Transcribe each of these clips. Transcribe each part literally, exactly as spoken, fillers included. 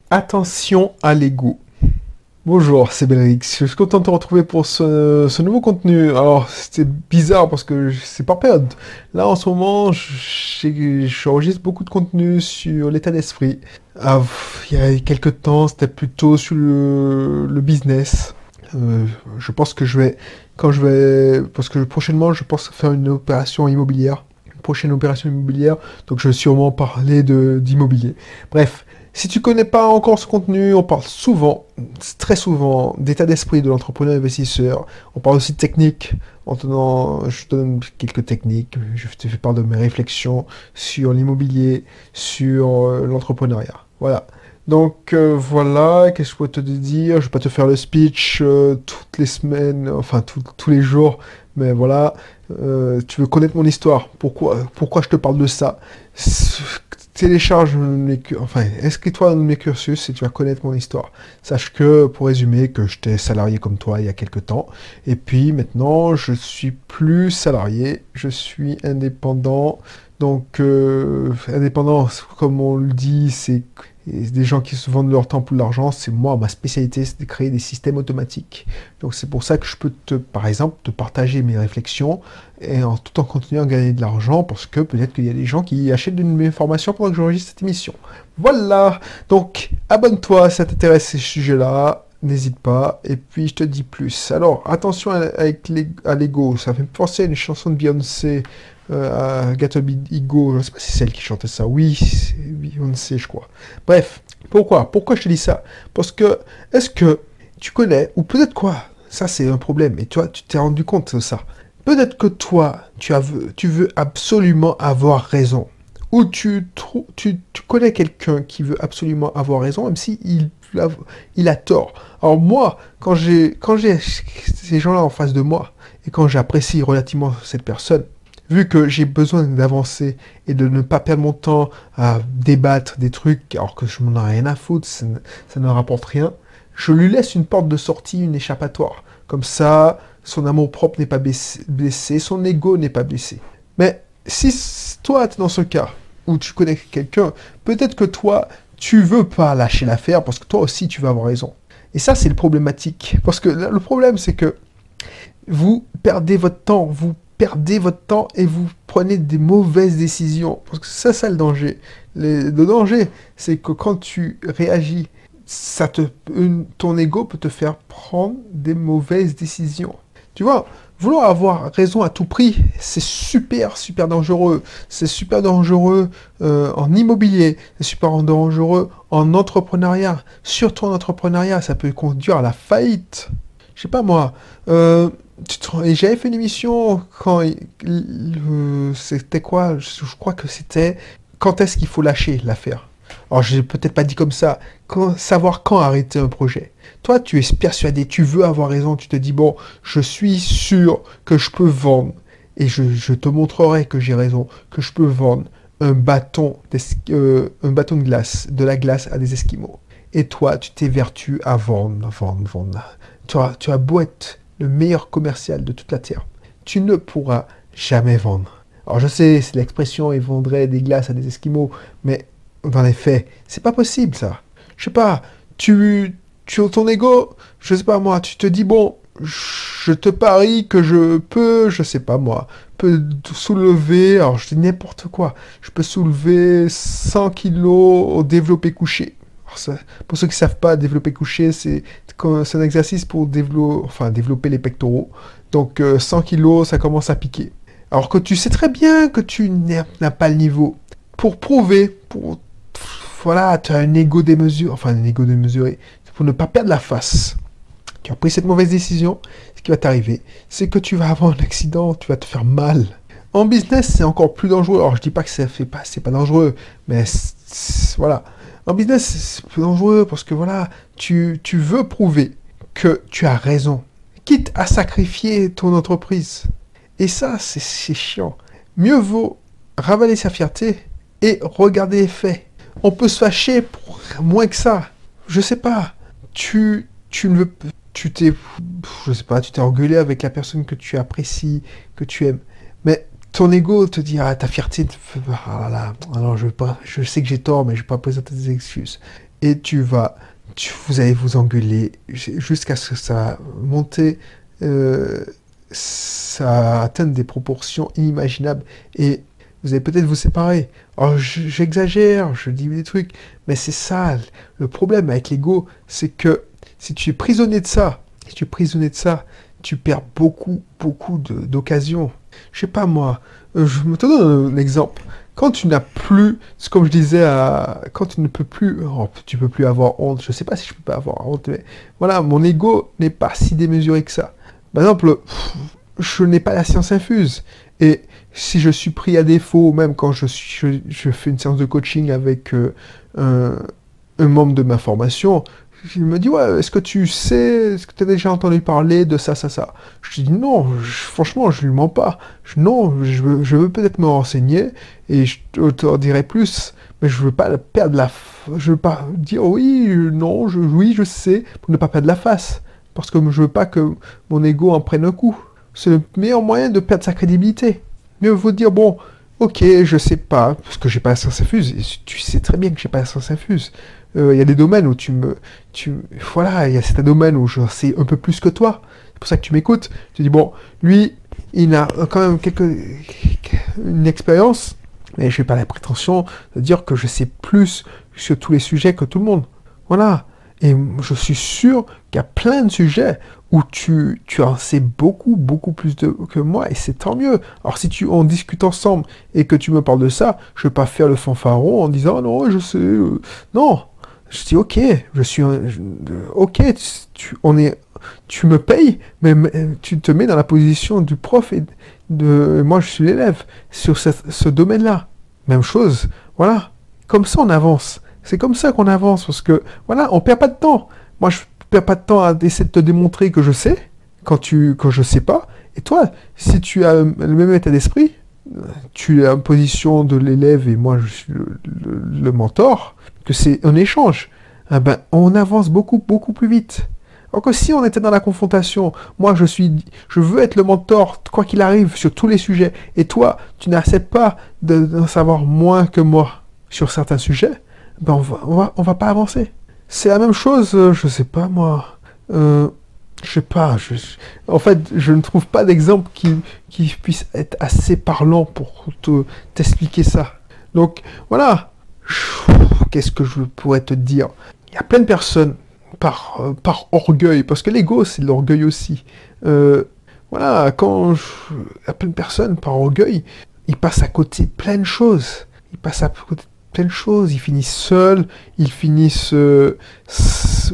Attention à l'ego. Bonjour, c'est Belrix. Je suis content de te retrouver pour ce, ce nouveau contenu. Alors, c'était bizarre parce que c'est par période. Là, en ce moment, j'ai- j'enregistre beaucoup de contenu sur l'état d'esprit. Ah, pff, il y a quelques temps, c'était plutôt sur le, le business. Euh, je pense que je vais, quand je vais, parce que prochainement, je pense faire une opération immobilière. Une prochaine opération immobilière. Donc, je vais sûrement parler de, d'immobilier. Bref. Si tu connais pas encore ce contenu, on parle souvent, très souvent, d'état d'esprit de l'entrepreneur investisseur. On parle aussi de technique. En tenant, je te donne quelques techniques. Je te fais part de mes réflexions sur l'immobilier, sur euh, l'entrepreneuriat. Voilà. Donc euh, voilà, qu'est-ce que je peux te dire? Je vais pas te faire le speech euh, toutes les semaines, enfin tout- tous les jours, mais voilà. Euh, tu veux connaître mon histoire? Pourquoi, pourquoi je te parle de ça? Télécharge mes cur- enfin, inscris-toi dans mes cursus et tu vas connaître mon histoire. Sache que, pour résumer, que j'étais salarié comme toi il y a quelques temps, et puis maintenant je suis plus salarié, je suis indépendant. Donc, euh, indépendant, comme on le dit, c'est des gens qui se vendent leur temps pour de l'argent. C'est moi, ma spécialité, c'est de créer des systèmes automatiques. Donc, c'est pour ça que je peux te, par exemple, te partager mes réflexions et en tout en continuant à gagner de l'argent, parce que peut-être qu'il y a des gens qui achètent de mes formations pendant que j'enregistre cette émission. Voilà, donc abonne-toi si ça t'intéresse ces sujets-là, n'hésite pas, et puis je te dis plus. Alors, attention avec les, à l'ego, ça fait me penser à une chanson de Beyoncé, euh, à Got Be Ego, je sais pas si c'est elle qui chantait ça, oui, c'est Beyoncé je crois. Bref, pourquoi Pourquoi je te dis ça? Parce que, est-ce que tu connais, ou peut-être quoi, ça c'est un problème, et toi tu t'es rendu compte de ça. Peut-être que toi, tu, as, tu veux absolument avoir raison. Ou tu, tu, tu connais quelqu'un qui veut absolument avoir raison, même si il, a, il a tort. Alors moi, quand j'ai quand j'ai ces gens-là en face de moi, et quand j'apprécie relativement cette personne, vu que j'ai besoin d'avancer et de ne pas perdre mon temps à débattre des trucs, alors que je m'en ai rien à foutre, ça ne, ça ne rapporte rien, je lui laisse une porte de sortie, une échappatoire. Comme ça, son amour-propre n'est pas blessé, son ego n'est pas blessé. Mais si toi, tu es dans ce cas où tu connais quelqu'un, peut-être que toi, tu veux pas lâcher l'affaire parce que toi aussi, tu veux avoir raison. Et ça, c'est le problématique. Parce que le problème, c'est que vous perdez votre temps, vous perdez votre temps et vous prenez des mauvaises décisions. Parce que c'est ça le danger. Le, le danger, c'est que quand tu réagis, ça te, une, ton ego peut te faire prendre des mauvaises décisions. Tu vois, vouloir avoir raison à tout prix, c'est super, super dangereux. C'est super dangereux euh, en immobilier, c'est super dangereux en entrepreneuriat. Surtout en entrepreneuriat, ça peut conduire à la faillite. Je sais pas moi. Euh, j'avais fait une émission quand euh, c'était quoi? Je, je crois que c'était quand est-ce qu'il faut lâcher l'affaire. Alors je l'ai peut-être pas dit comme ça. Quand, savoir quand arrêter un projet. Toi, tu es persuadé, tu veux avoir raison, tu te dis bon, je suis sûr que je peux vendre et je, je te montrerai que j'ai raison, que je peux vendre un bâton, euh, un bâton de glace, de la glace à des Esquimaux. Et toi, tu t'évertues à vendre, vendre, vendre. Tu as, tu as beau être le meilleur commercial de toute la Terre, tu ne pourras jamais vendre. Alors je sais, c'est l'expression, ils vendraient des glaces à des Esquimaux, mais dans les faits, c'est pas possible ça. Je sais pas, tu, tu ton ego, je sais pas moi, tu te dis bon, je te parie que je peux, je sais pas moi, peux soulever, alors je dis n'importe quoi, je peux soulever cent kilos au développé couché. Ça, pour ceux qui ne savent pas, développer couché, c'est un exercice pour développer, enfin, développer les pectoraux. Donc euh, cent kilos, ça commence à piquer. Alors que tu sais très bien que tu n'as pas le niveau. Pour prouver, pour voilà, tu as un ego démesuré, enfin un ego démesuré, pour ne pas perdre la face. Tu as pris cette mauvaise décision, ce qui va t'arriver, c'est que tu vas avoir un accident, tu vas te faire mal. En business, c'est encore plus dangereux. Alors je dis pas que ça fait pas, c'est pas dangereux, mais voilà. En business, c'est plus dangereux parce que voilà, tu, tu veux prouver que tu as raison, quitte à sacrifier ton entreprise. Et ça, c'est chiant. Mieux vaut ravaler sa fierté et regarder les faits. On peut se fâcher pour moins que ça. Je sais pas. Tu, tu ne veux, tu t'es, je sais pas, tu t'es engueulé avec la personne que tu apprécies, que tu aimes. Mais ton ego te dit, ah, ta fierté, ah là là, alors je, veux pas, je sais que j'ai tort, mais je vais pas présenter des excuses. et tu vas, tu- vous allez vous engueuler jusqu'à ce que ça monte, euh, ça atteigne des proportions inimaginables et vous allez peut-être vous séparer. Alors j- j'exagère, je dis des trucs, mais c'est ça le problème avec l'ego, c'est que si tu es prisonnier de ça, si tu es prisonnier de ça, tu perds beaucoup, beaucoup de- d'occasions. Je sais pas moi, euh, je me te donne un exemple. Quand tu n'as plus, c'est comme je disais, à, quand tu ne peux plus, oh, tu peux plus avoir honte. Je sais pas si je peux pas avoir honte, mais voilà, mon ego n'est pas si démesuré que ça. Par exemple, pff, je n'ai pas la science infuse. Et si je suis pris à défaut, même quand je, suis, je, je fais une séance de coaching avec euh, un, un membre de ma formation, il me dit, ouais, est-ce que tu sais, est-ce que tu as déjà entendu parler de ça, ça, ça? Je dis, non, je- franchement, je lui mens pas. Je- non, je veux, je veux peut-être me renseigner et je te- t'en dirai plus, mais je veux pas perdre la... f- Je veux pas dire, oui, euh, non, je, oui, je sais, pour ne pas perdre la face. Parce que je veux pas que mon ego en prenne un coup. C'est le meilleur moyen de perdre sa crédibilité. Mieux vaut dire, bon, ok, je sais pas, parce que j'ai pas la science infuse, et tu sais très bien que j'ai pas la science infuse. Euh, Il y a des domaines où tu me... Tu, voilà, il y a certains domaines où je sais un peu plus que toi. C'est pour ça que tu m'écoutes. Tu dis, bon, lui, il a quand même quelques, une expérience, mais je n'ai pas la prétention de dire que je sais plus sur tous les sujets que tout le monde. Voilà. Et je suis sûr qu'il y a plein de sujets où tu, tu en sais beaucoup, beaucoup plus de, que moi, et c'est tant mieux. Alors si tu, on discute ensemble et que tu me parles de ça, je ne vais pas faire le fanfaron en disant, non, je sais. euh. Non, je dis, ok, je suis un, je- ok, tu, on est, tu me payes, mais mais tu te mets dans la position du prof et de, moi je suis l'élève sur ce, ce domaine-là. Même chose, voilà. Comme ça on avance. C'est comme ça qu'on avance parce que, voilà, on perd pas de temps. Moi je perds pas de temps à essayer de te démontrer que je sais quand tu, quand je sais pas. Et toi, si tu as le même état d'esprit, tu es en position de l'élève et moi je suis le, le, le mentor, que c'est un échange, ah ben, on avance beaucoup, beaucoup plus vite. Alors que si on était dans la confrontation, moi je suis, je veux être le mentor, quoi qu'il arrive, sur tous les sujets, et toi, tu n'acceptes pas d'en savoir moins que moi sur certains sujets, ben on va, on va, on va pas avancer. C'est la même chose, euh, je sais pas moi, euh, je sais pas, je, en fait, je ne trouve pas d'exemple qui, qui puisse être assez parlant pour te, t'expliquer ça. Donc, voilà. Qu'est-ce que je pourrais te dire? Il y a plein de personnes, par, euh, par orgueil, parce que l'ego, c'est de l'orgueil aussi. Euh, voilà, quand je... il y a plein de personnes, par orgueil, ils passent à côté de plein de choses. Ils passent à côté de plein de choses. Ils finissent seuls, ils finissent... euh, s-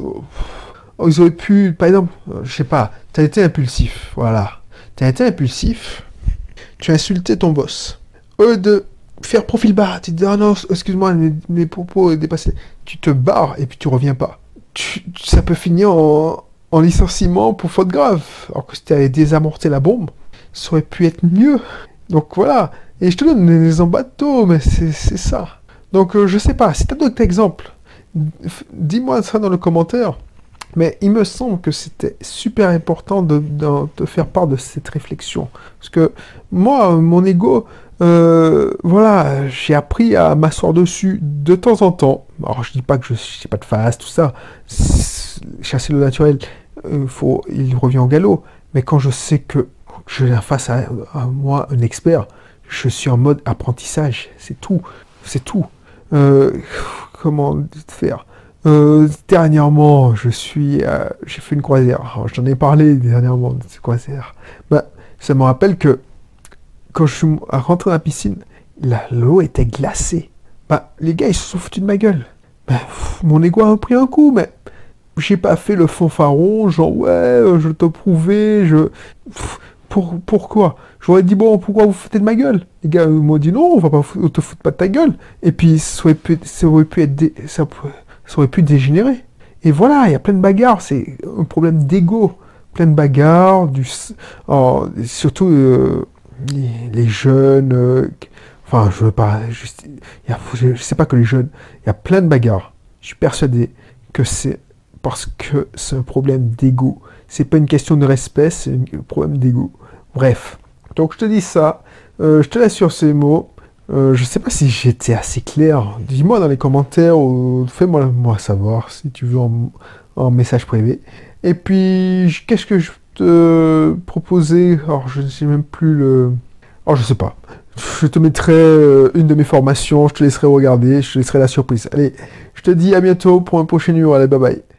Oh, ils auraient pu, par exemple, euh, je sais pas, t'as été impulsif, voilà. T'as été impulsif, tu as insulté ton boss. Eux de faire profil bas, tu te dis, ah non, excuse-moi, mes, mes propos sont dépassés. Tu te barres et puis tu reviens pas. Tu- ça peut finir en, en licenciement pour faute grave. Alors que si tu avais désamorcé la bombe, ça aurait pu être mieux. Donc voilà. Et je te donne des exemples bateaux, mais c'est c'est ça. Donc euh, je sais pas, si t'as d'autres exemples, dis-moi ça dans le commentaire. Mais il me semble que c'était super important de, de, de faire part de cette réflexion. Parce que moi, mon ego, euh, voilà, j'ai appris à m'asseoir dessus de temps en temps. Alors je dis pas que je n'ai pas de face, tout ça. Chasser le naturel, euh, faut, il revient au galop. Mais quand je sais que j'ai face à, à moi un expert, je suis en mode apprentissage. C'est tout. C'est tout. Euh, comment faire? Euh, dernièrement, je suis, euh, j'ai fait une croisière. Alors, j'en ai parlé dernièrement de cette croisière. Bah, ça me rappelle que quand je suis rentré dans la piscine, la- l'eau était glacée. Bah, les gars, ils se sont foutus de ma gueule. Bah, pff, mon ego a pris un coup, mais j'ai pas fait le fanfaron, genre ouais, euh, je te prouver, je. Pff, pour, pourquoi? J'aurais dit bon, pourquoi vous foutez de ma gueule? Les gars m'ont dit non, on va pas fou- te foutre pas de ta gueule. Et puis ça aurait pu, ça aurait pu être, dé- ça, ça aurait pu dégénérer. Et voilà, il y a plein de bagarres, c'est un problème d'ego, plein de bagarres, du, oh, surtout euh, les, les jeunes. euh, enfin, je veux pas, juste, il y a- je, je sais pas que les jeunes, il y a plein de bagarres. Je suis persuadé que c'est parce que c'est un problème d'ego. C'est pas une question de respect, c'est un problème d'ego. Bref. Donc je te dis ça, euh, je te laisse sur ces mots. Euh, je sais pas si j'étais assez clair. Dis-moi dans les commentaires ou fais-moi moi savoir si tu veux en, en message privé. Et puis, j- qu'est-ce que je te proposais? Alors, je ne sais même plus le... Oh, je sais pas. Je te mettrai euh, une de mes formations, je te laisserai regarder, je te laisserai la surprise. Allez, je te dis à bientôt pour un prochain numéro. Allez, bye bye.